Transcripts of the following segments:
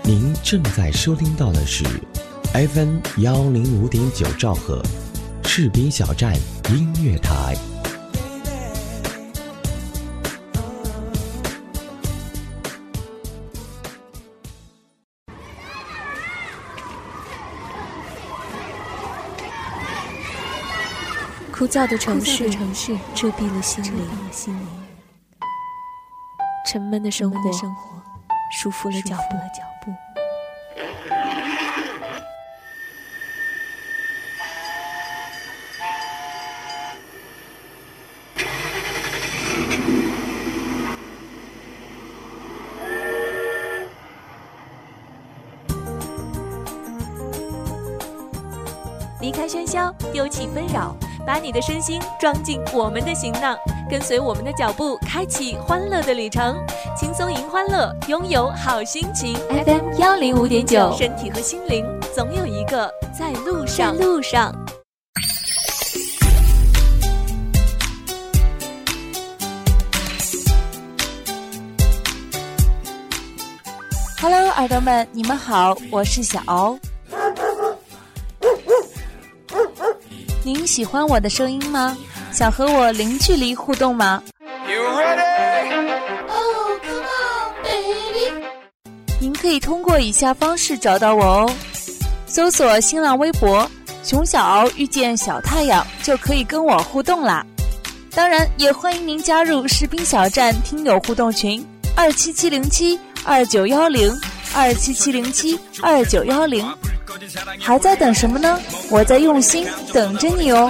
您正在收听到的是 FM 105.9兆赫士兵小站音乐台。 枯燥的城市遮蔽了心灵，沉闷的生活束缚了脚步。 离开喧嚣，丢弃纷扰，把你的身心装进我们的行囊，跟随我们的脚步，开启欢乐的旅程，轻松迎欢乐，拥有好心情。 FM 105.9， 身体和心灵总有一个在路上。 Hello， 耳朵们，你们好，我是小敖。您喜欢我的声音吗？想和我零距离互动吗？ You ready? Oh, come on, baby. 您可以通过以下方式找到我哦，搜索新浪微博熊小敖遇见小太阳就可以跟我互动啦。当然也欢迎您加入士兵小站听友互动群27707-2910，27707-2910。还在等什么呢？我在用心等着你哦。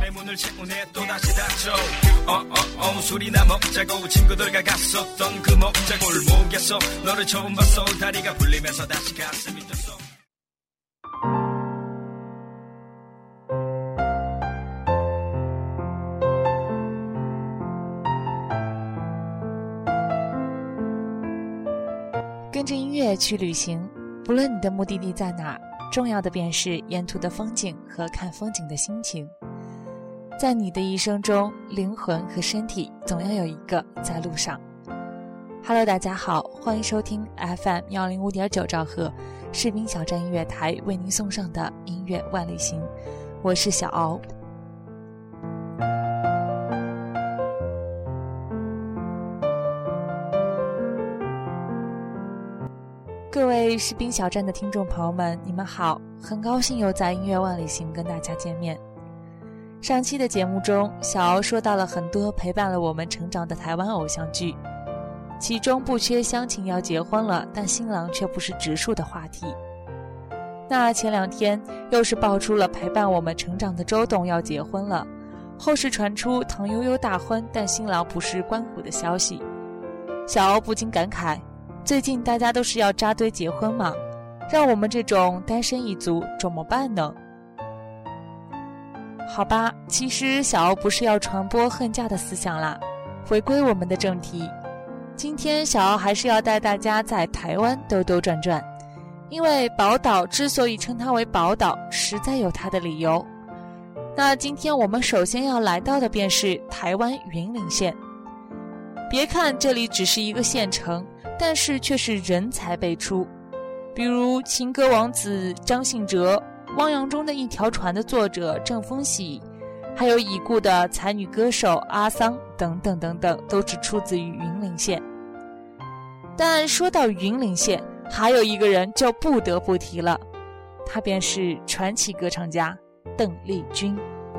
跟着音乐去旅行，不论你的目的地在哪，重要的便是沿途的风景和看风景的心情。在你的一生中，灵魂和身体总要有一个在路上。Hello， 大家好，欢迎收听 FM 105.9兆赫士兵小站音乐台为您送上的音乐万里行，我是小敖。各位士兵小站的听众朋友们，你们好，很高兴又在音乐万里行跟大家见面。上期的节目中，小敖说到了很多陪伴了我们成长的台湾偶像剧，其中不缺乡情要结婚了，但新郎却不是直树的话题。那前2天又是爆出了陪伴我们成长的周董要结婚了，后世传出唐悠悠大婚，但新郎不是关虎的消息。小敖不禁感慨，最近大家都是要扎堆结婚嘛，让我们这种单身一族怎么办呢？好吧，其实小敖不是要传播恨嫁的思想啦。回归我们的正题，今天小敖还是要带大家在台湾兜兜转转，因为宝岛之所以称它为宝岛，实在有它的理由。那今天我们首先要来到的便是台湾云林县。别看这里只是一个县城，但是却是人才辈出，比如情歌王子张信哲，汪洋中的一条船的作者郑丰喜，还有已故的才女歌手阿桑等等等等，都是出自于云林县。但说到云林县，还有一个人就不得不提了，他便是传奇歌唱家邓丽君。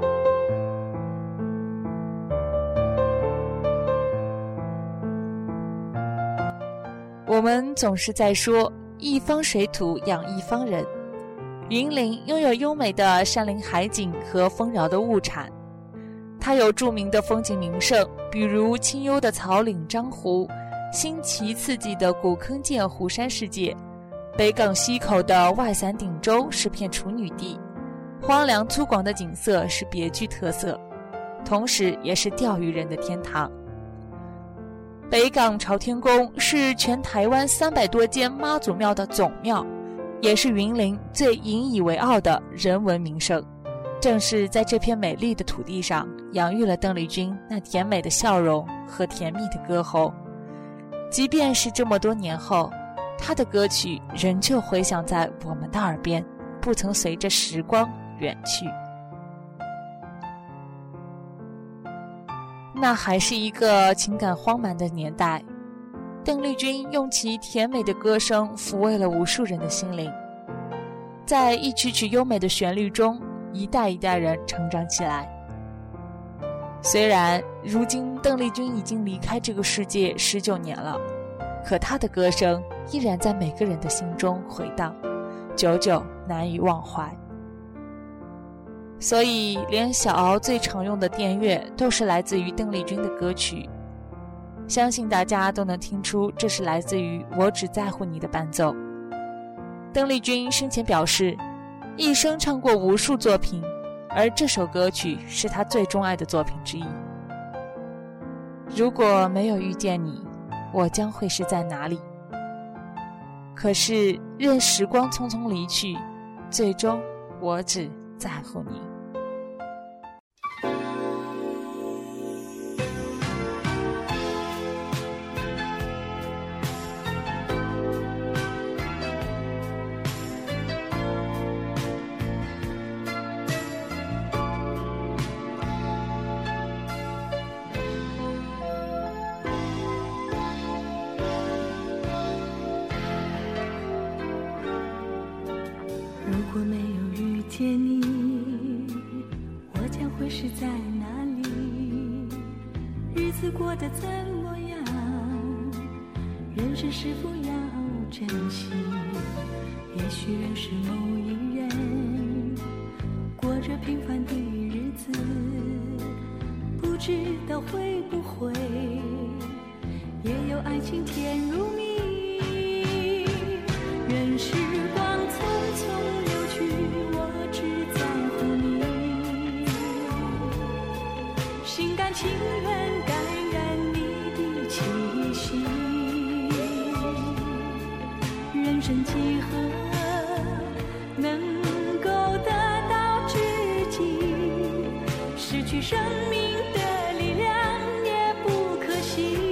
我们总是在说一方水土养一方人，云林拥有优美的山林海景和丰饶的物产，它有著名的风景名胜，比如清幽的草岭漳湖，新奇刺激的古坑涧湖山世界，北港溪口的外伞顶洲是片处女地，荒凉粗犷的景色是别具特色，同时也是钓鱼人的天堂。北港朝天宫是全台湾300多间妈祖庙的总庙，也是云林最引以为傲的人文名胜。正是在这片美丽的土地上，养育了邓丽君那甜美的笑容和甜蜜的歌喉。即便是这么多年后， 他的歌曲仍旧回响在我们的耳边，不曾随着时光远去。那还是一个情感荒蛮的年代，邓丽君用其甜美的歌声抚慰了无数人的心灵，在一曲曲优美的旋律中，一代一代人成长起来。虽然如今邓丽君已经离开这个世界19年了，可她的歌声依然在每个人的心中回荡，久久难以忘怀。所以连小敖最常用的电乐都是来自于邓丽君的歌曲，相信大家都能听出这是来自于我只在乎你的伴奏。邓丽君生前表示，一生唱过无数作品，而这首歌曲是她最钟爱的作品之一。如果没有遇见你，我将会是在哪里？可是任时光匆匆离去，最终我只在乎你。 如果没有遇见你，我将会是在哪里？日子过得怎么样？人生是否要珍惜？也许认识某一人，过着平凡的日子，不知道会不会也有爱情甜如蜜。任时光匆匆流去，我只在乎你，心甘情愿感染你的气息。人生几何能够得到知己？失去生命的力量也不可惜。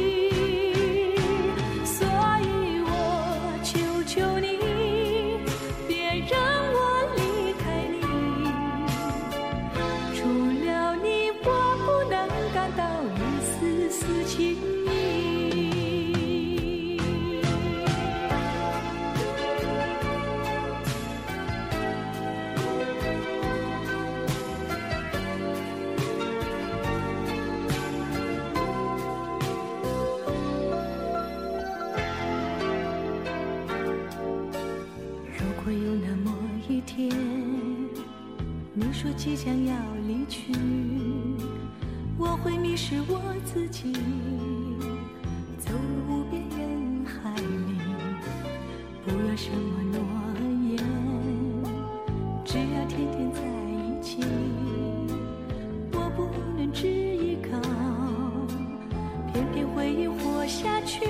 会有那么一天，你说即将要离去，我会迷失我自己，走入无边人海里。不要什么诺言，只要天天在一起。我不能只依靠，偏偏回忆活下去。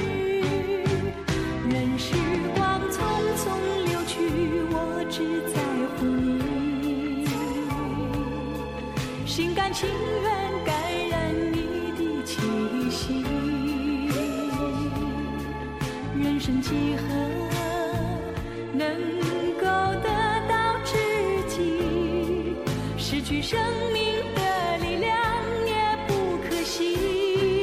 任时光匆匆流去，我只在乎你，心甘情愿感染你的气息。人生几何能够得到知己？失去生命的力量也不可惜。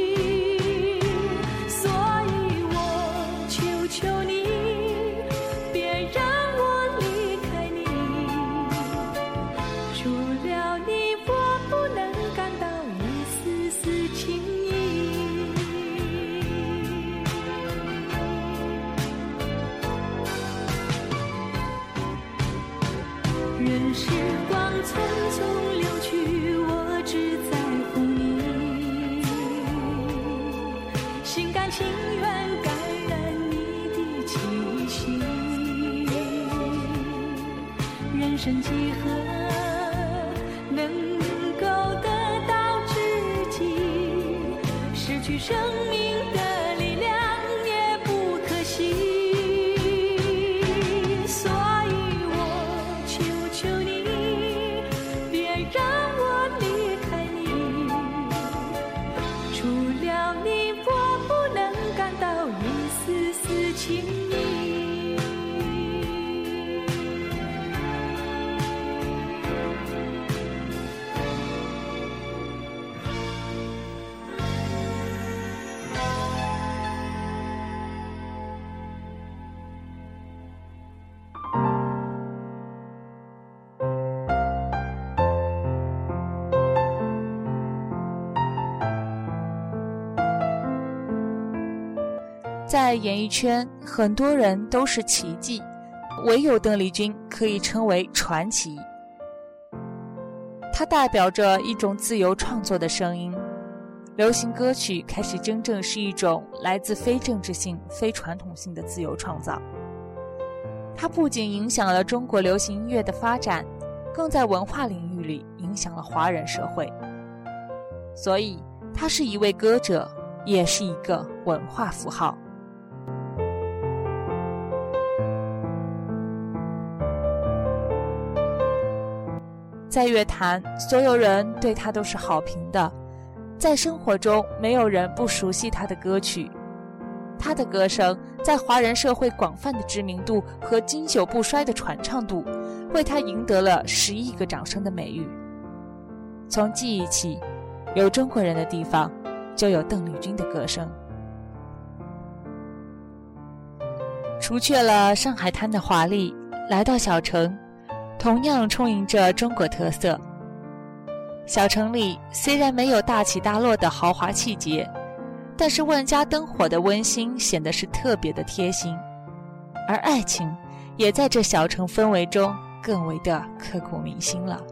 任时光匆匆流去，我只在乎你，心甘情愿感染你的气息。人生几何能够得到知己？失去生命的力量也不可惜。情在演艺圈，很多人都是奇迹，唯有邓丽君可以称为传奇。它代表着一种自由创作的声音，流行歌曲开始真正是一种来自非政治性、非传统性的自由创造。它不仅影响了中国流行音乐的发展，更在文化领域里影响了华人社会。所以，他是一位歌者，也是一个文化符号。在乐坛，所有人对他都是好评的，在生活中，没有人不熟悉他的歌曲。他的歌声在华人社会广泛的知名度和经久不衰的传唱度，为他赢得了10亿个掌声的美誉。从记忆起，有中国人的地方，就有邓丽君的歌声。除却了上海滩的华丽，来到小城，同样充盈着中国特色。小城里虽然没有大起大落的豪华气节，但是万家灯火的温馨显得是特别的贴心，而爱情也在这小城氛围中更为的刻骨铭心了。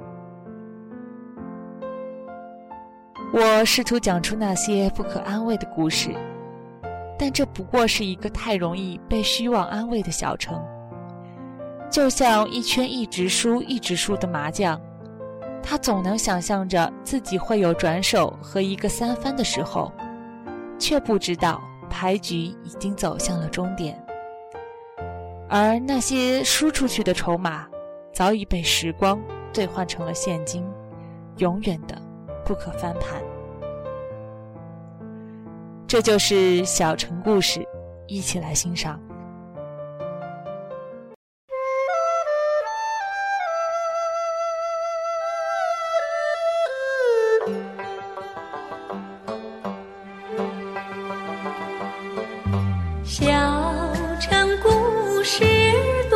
我试图讲出那些不可安慰的故事，但这不过是一个太容易被虚妄安慰的小城。就像一圈一直输的麻将，他总能想象着自己会有转手和一个三番的时候，却不知道牌局已经走向了终点。而那些输出去的筹码早已被时光兑换成了现金，永远的不可翻盘。这就是小城故事，一起来欣赏。 小城故事多，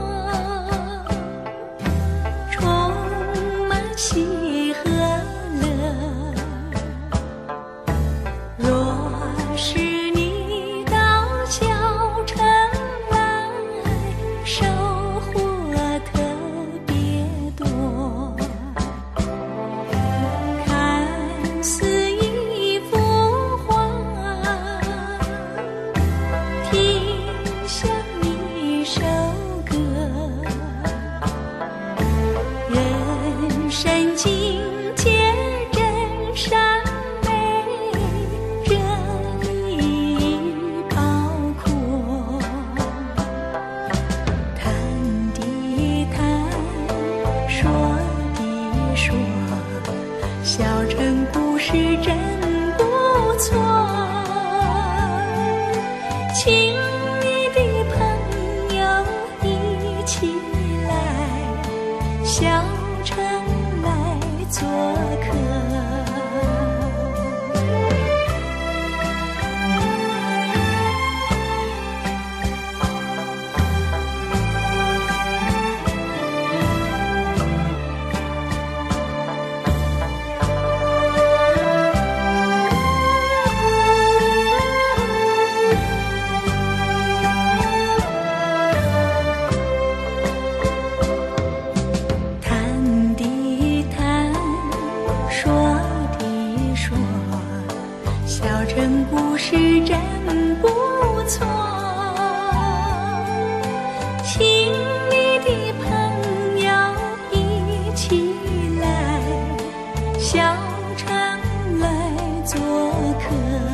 充满喜和乐。若是你到小城来，收获特别多。看似一幅画，听像一首歌，人生境界真善美，这里包括。谈的谈，说的说，小城故事真不错。亲密的朋友一起来，小城来做客。谈的谈，说的说，小城故事真不错。亲密的朋友一起来，小城来做客。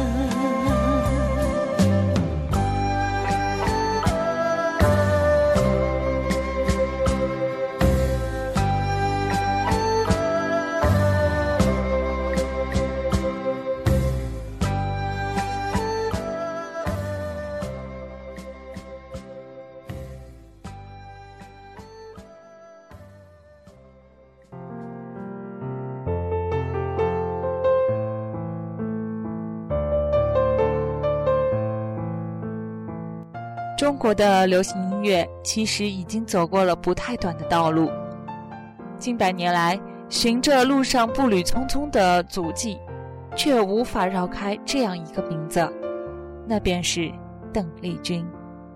中国的流行音乐其实已经走过了不太短的道路，近百年来，循着路上步履匆匆的足迹，却无法绕开这样一个名字，那便是邓丽君。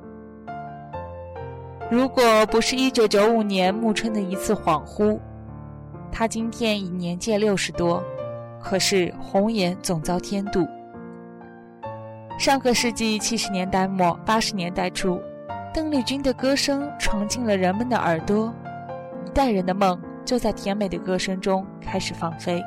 如果不是1995年暮春的一次恍惚，她今天已年届60多，可是红颜总遭天妒。上个世纪70年代末80年代初，邓丽君的歌声闯进了人们的耳朵，一代人的梦就在甜美的歌声中开始放飞。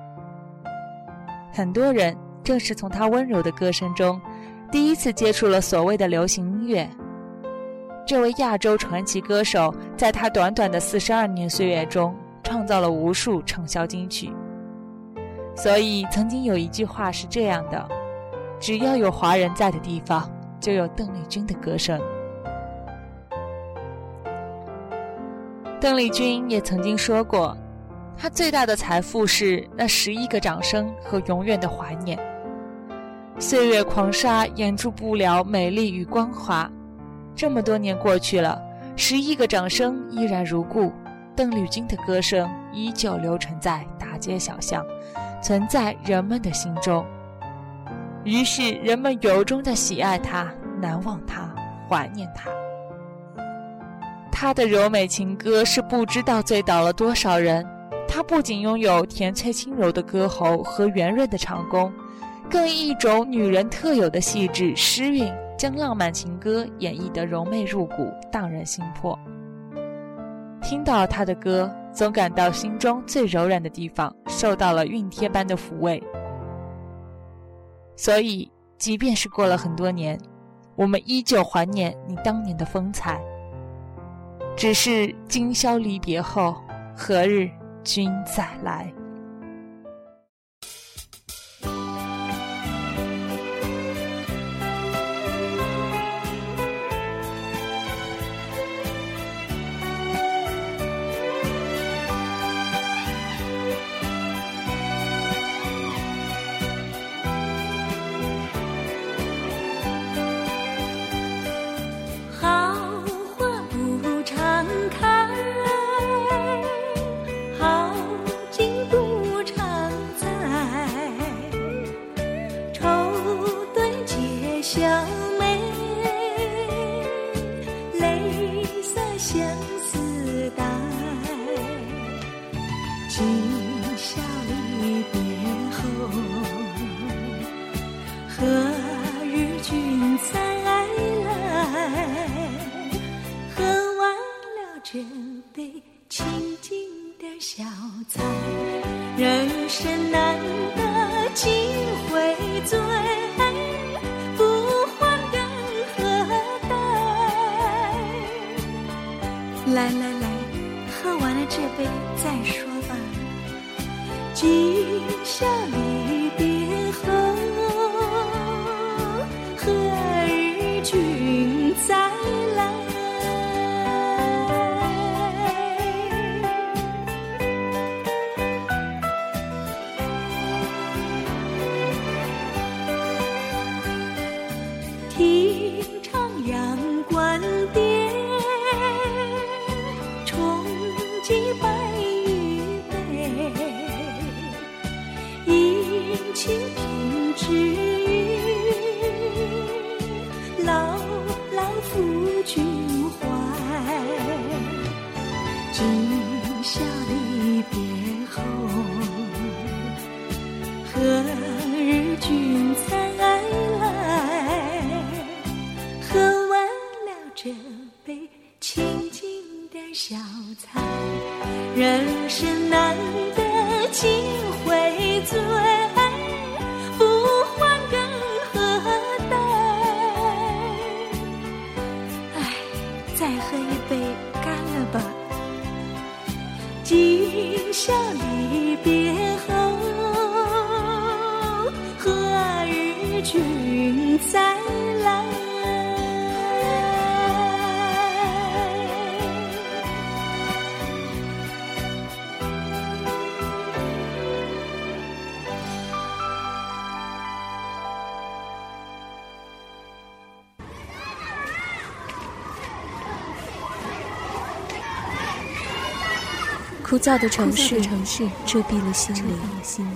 很多人正是从她温柔的歌声中第一次接触了所谓的流行音乐。这位亚洲传奇歌手在她短短的42年岁月中创造了无数畅销金曲。所以曾经有一句话是这样的，只要有华人在的地方，就有邓丽君的歌声。邓丽君也曾经说过，她最大的财富是那11个掌声和永远的怀念。岁月狂沙掩住不了美丽与光华，这么多年过去了，11个掌声依然如故，邓丽君的歌声依旧流传在大街小巷，存在人们的心中。于是人们由衷地喜爱她，难忘她，怀念她。她的柔美情歌是不知道醉倒了多少人。她不仅拥有甜脆轻柔的歌喉和圆润的唱功，更以一种女人特有的细致诗韵，将浪漫情歌演绎得柔媚入骨，荡人心魄。听到她的歌，总感到心中最柔软的地方受到了熨帖般的抚慰。所以即便是过了很多年，我们依旧怀念你当年的风采。只是今宵离别后，何日君再来。 人生难得几回醉，不还更何待？来来来，喝完了这杯再说吧。今宵离别后，何日君再来？听徜阳关殿，重寄白玉杯，饮清平之语，牢牢抚君怀。今宵离别后，何日君再来？喝完了这杯清静的小菜，人生难得几回醉，不还更何待？唉，再喝一杯干了吧。今宵离别后，何日君再来？ 枯燥的城市遮蔽了心灵，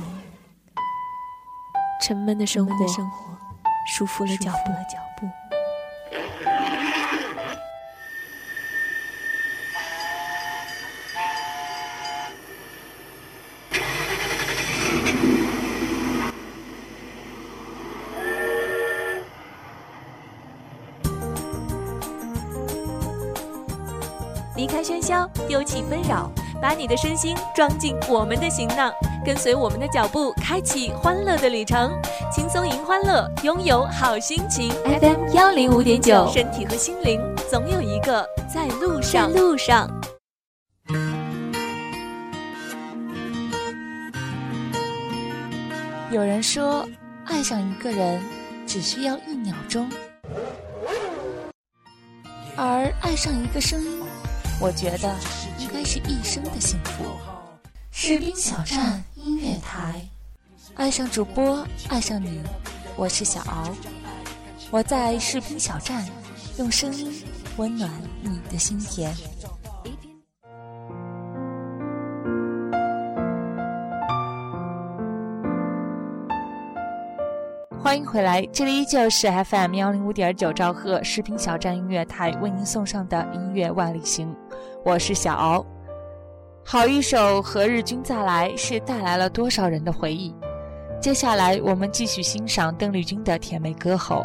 沉闷的生活束缚了脚步。 离开喧嚣，丢弃纷扰，把你的身心装进我们的行囊，跟随我们的脚步，开启欢乐的旅程。轻松迎欢乐，拥有好心情。FM 105.9，身体和心灵总有一个在路上。 有人说，爱上一个人只需要1秒钟，而爱上一个声音，我觉得应该是一生的幸福。士兵小站音乐台，爱上主播，爱上你，我是小敖，我在士兵小站用声音温暖你的心田。欢迎回来，这里依旧是 FM 105.9兆赫士兵小站音乐台为您送上的音乐万里行，我是小敖。好一首何日君再来是带来了多少人的回忆。接下来我们继续欣赏邓丽君的甜美歌喉。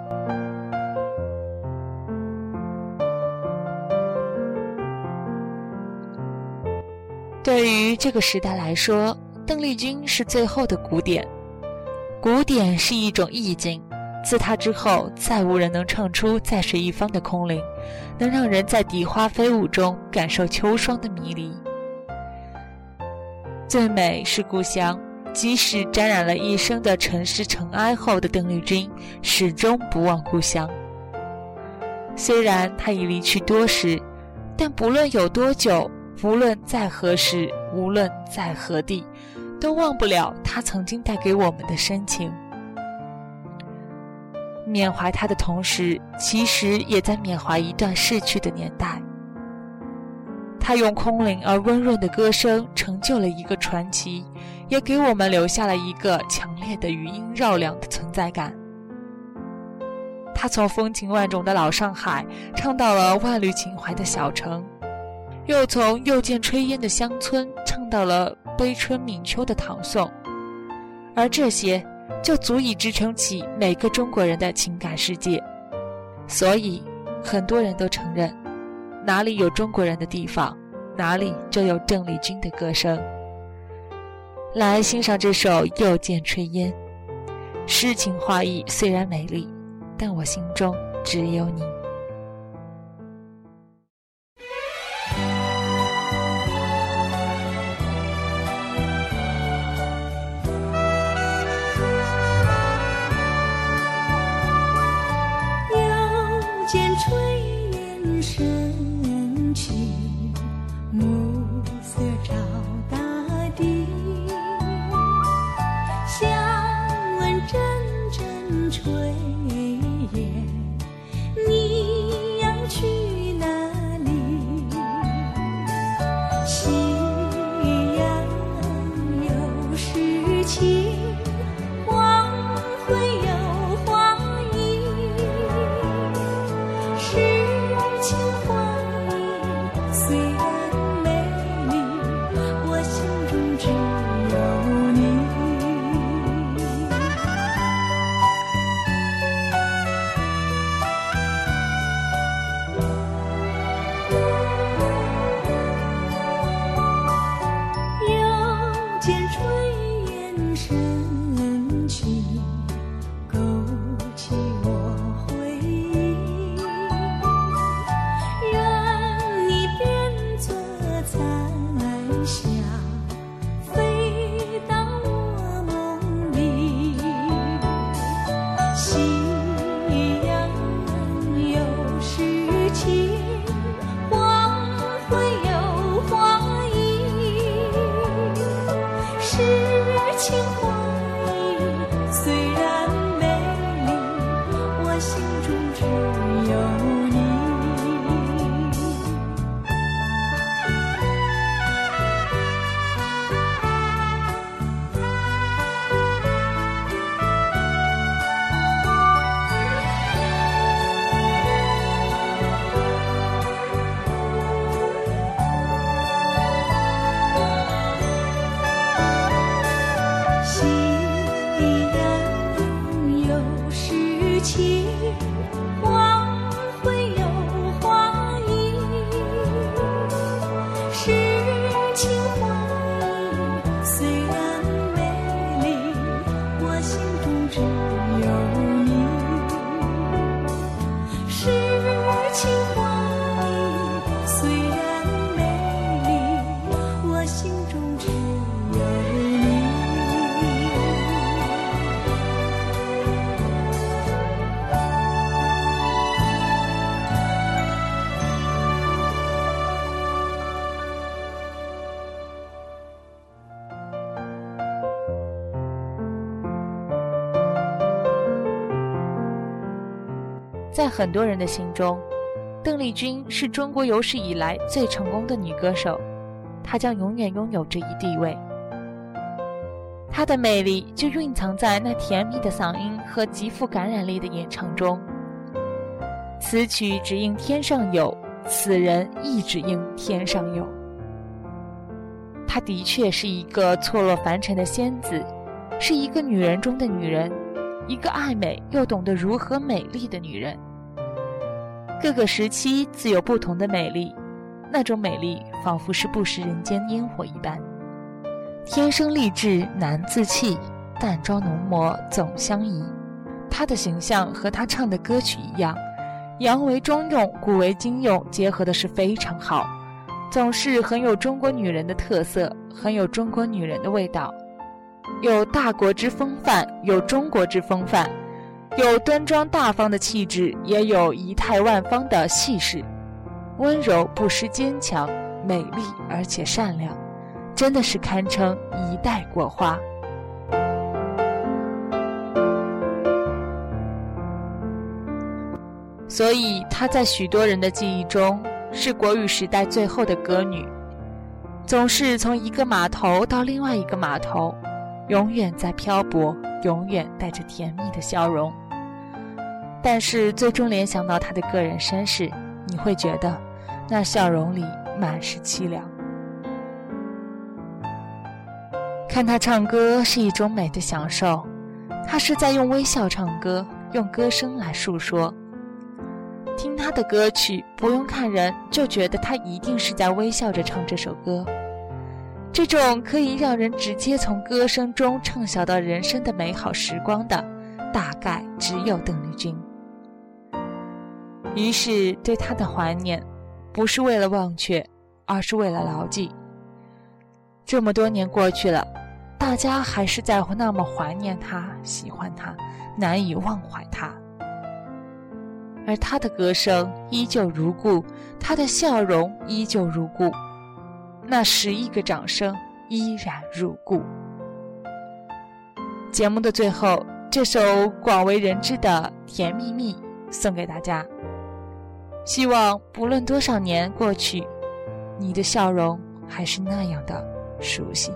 对于这个时代来说，邓丽君是最后的古典。古典是一种意境，自它之后再无人能唱出在水一方的空灵，能让人在荻花飞舞中感受秋霜的迷离。最美是故乡，即使沾染了一生的尘世尘埃后的邓丽君始终不忘故乡。虽然她已离去多时，但不论有多久，无论在何时，无论在何地，都忘不了他曾经带给我们的深情。缅怀他的同时，其实也在缅怀一段逝去的年代。他用空灵而温润的歌声成就了一个传奇，也给我们留下了一个强烈的余音绕梁的存在感。他从风情万种的老上海唱到了万缕情怀的小城，又从又见炊烟的乡村唱到了悲春悯秋的唐宋，而这些就足以支撑起每个中国人的情感世界。所以很多人都承认，哪里有中国人的地方，哪里就有邓丽君的歌声。来欣赏这首《又见炊烟》，诗情画意虽然美丽，但我心中只有你。 见炊烟升起，暮色照大地，想问阵阵炊烟，你要去哪里？夕阳有诗情，黄昏有花意，诗情画意虽然美丽，我在很多人的心中，邓丽君是中国有史以来最成功的女歌手，她将永远拥有这一地位。她的魅力就蕴藏在那甜蜜的嗓音和极富感染力的演唱中。此曲只应天上有，此人亦只应天上有。她的确是一个错落凡尘的仙子，是一个女人中的女人，一个爱美又懂得如何美丽的女人。各个时期自有不同的美丽，那种美丽仿佛是不食人间烟火一般。天生丽质难自弃，淡妆浓抹总相宜。她的形象和她唱的歌曲一样，扬为中用，古为今用，结合的是非常好，总是很有中国女人的特色，很有中国女人的味道，有大国之风范，有中国之风范，有端庄大方的气质，也有仪态万方的气势，温柔不失坚强，美丽而且善良，真的是堪称一代国花。所以她在许多人的记忆中是国语时代最后的歌女，总是从一个码头到另外一个码头，永远在漂泊，永远带着甜蜜的笑容。但是最终联想到她的个人身世，你会觉得那笑容里满是凄凉。看她唱歌是一种美的享受，她是在用微笑唱歌，用歌声来诉说。听她的歌曲，不用看人就觉得她一定是在微笑着唱这首歌。这种可以让人直接从歌声中畅想到人生的美好时光的，大概只有邓丽君。于是对她的怀念，不是为了忘却，而是为了牢记。这么多年过去了，大家还是在那么怀念她，喜欢她，难以忘怀她。而她的歌声依旧如故，她的笑容依旧如故，那10亿个掌声依然如故。节目的最后，这首广为人知的《甜蜜蜜》送给大家，希望不论多少年过去，你的笑容还是那样的熟悉。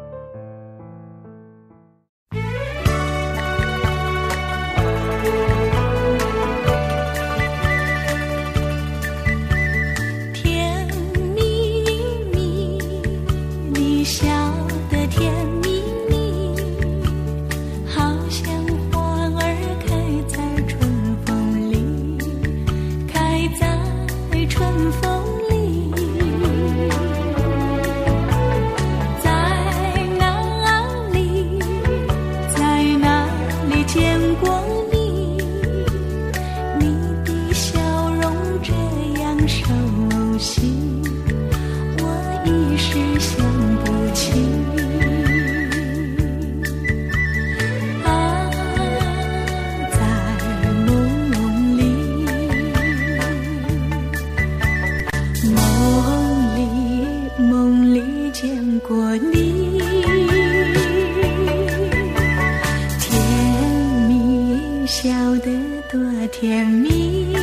甜蜜，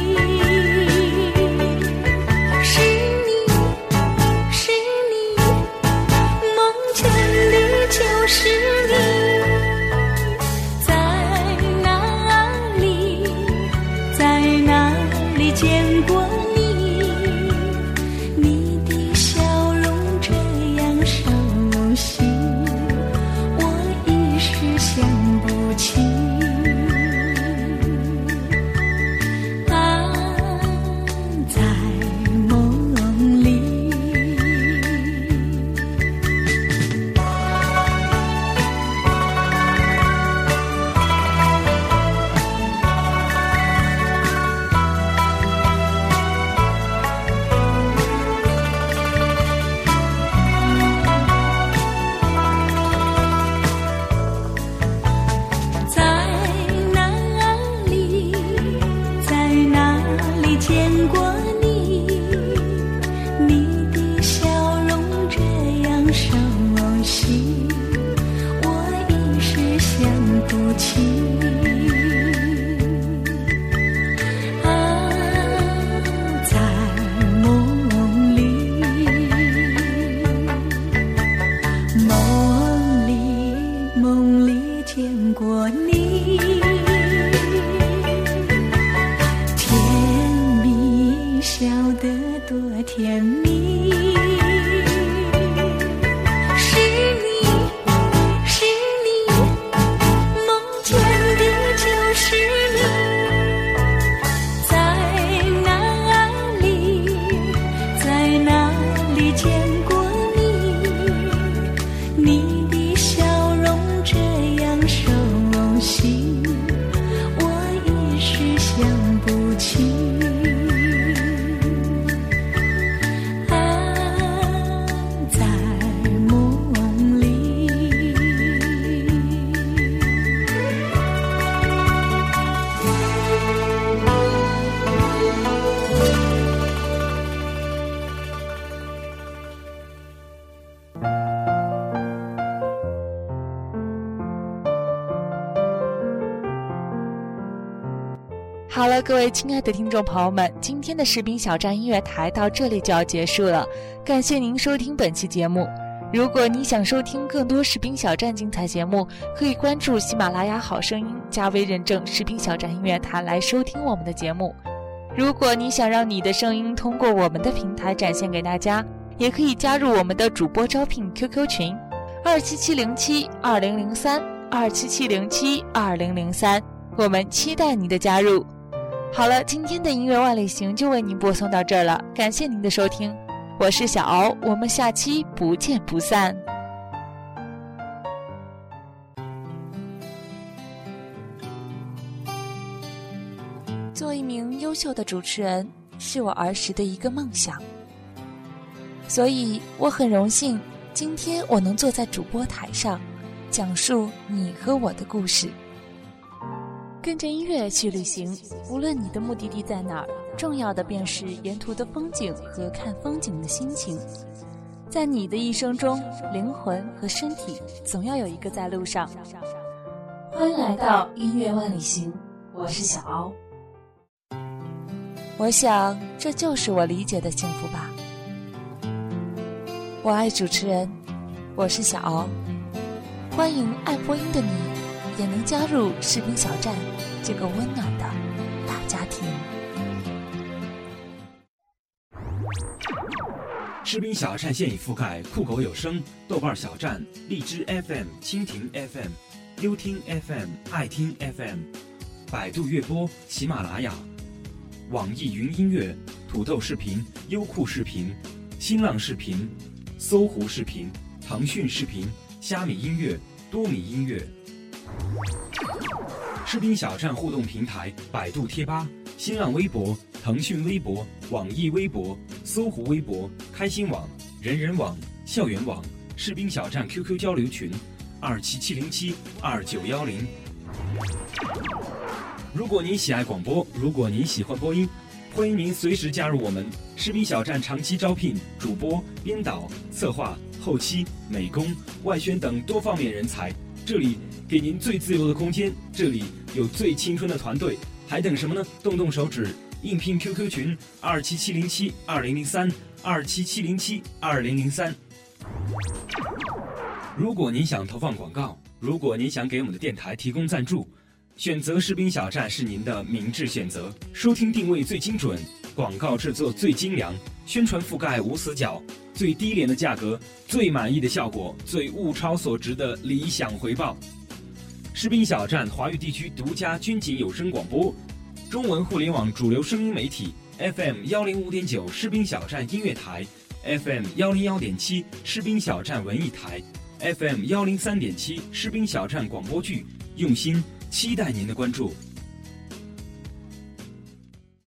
是你，梦见的就是你，在哪里见过你？你的笑容这样熟悉，我一时想不起。不起啊， 不清，安在梦里。 好了，各位亲爱的听众朋友们，今天的士兵小站音乐台到这里就要结束了，感谢您收听本期节目。如果你想收听更多士兵小站精彩节目，可以关注喜马拉雅好声音加微认证士兵小站音乐台来收听我们的节目。如果你想让你的声音通过我们的平台展现给大家，也可以加入我们的主播招聘 QQ 群277072003，277072003，我们期待你的加入。好了，今天的音乐万里行就为您播送到这儿了，感谢您的收听，我是小敖，我们下期不见不散。做一名优秀的主持人是我儿时的一个梦想，所以我很荣幸今天我能坐在主播台上讲述你和我的故事。跟着音乐去旅行，无论你的目的地在哪儿，重要的便是沿途的风景和看风景的心情。在你的一生中，灵魂和身体总要有一个在路上。欢迎来到音乐万里行，我是小敖。我想这就是我理解的幸福吧。我爱主持人，我是小敖，欢迎爱播音的你也能加入士兵小站这个温暖的大家庭。 士兵小站现已覆盖酷狗有声、豆瓣小站、荔枝 FM、蜻蜓 FM、优听 FM、爱听 FM、百度乐播、喜马拉雅、网易云音乐、土豆视频、优酷视频、新浪视频、搜狐视频、腾讯视频、虾米音乐、多米音乐。士兵小站互动平台：百度贴吧、新浪微博、腾讯微博、网易微博、搜狐微博、开心网、人人网、校园网。士兵小站 QQ 交流群：277072910。如果您喜爱广播，如果您喜欢播音，欢迎您随时加入我们。士兵小站长期招聘主播、编导、策划、后期、美工、外宣等多方面人才，这里给您最自由的空间，这里有最青春的团队，还等什么呢？动动手指，应聘 QQ 群277072003，277072003。如果您想投放广告，如果您想给我们的电台提供赞助，选择士兵小站是您的明智选择。收听定位最精准，广告制作最精良，宣传覆盖无死角，最低廉的价格，最满意的效果，最物超所值的理想回报。士兵小站华语地区独家军警有声广播，中文互联网主流声音媒体 FM105.9 士兵小站音乐台， FM101.7 士兵小站文艺台， FM103.7 士兵小站广播剧，用心期待您的关注。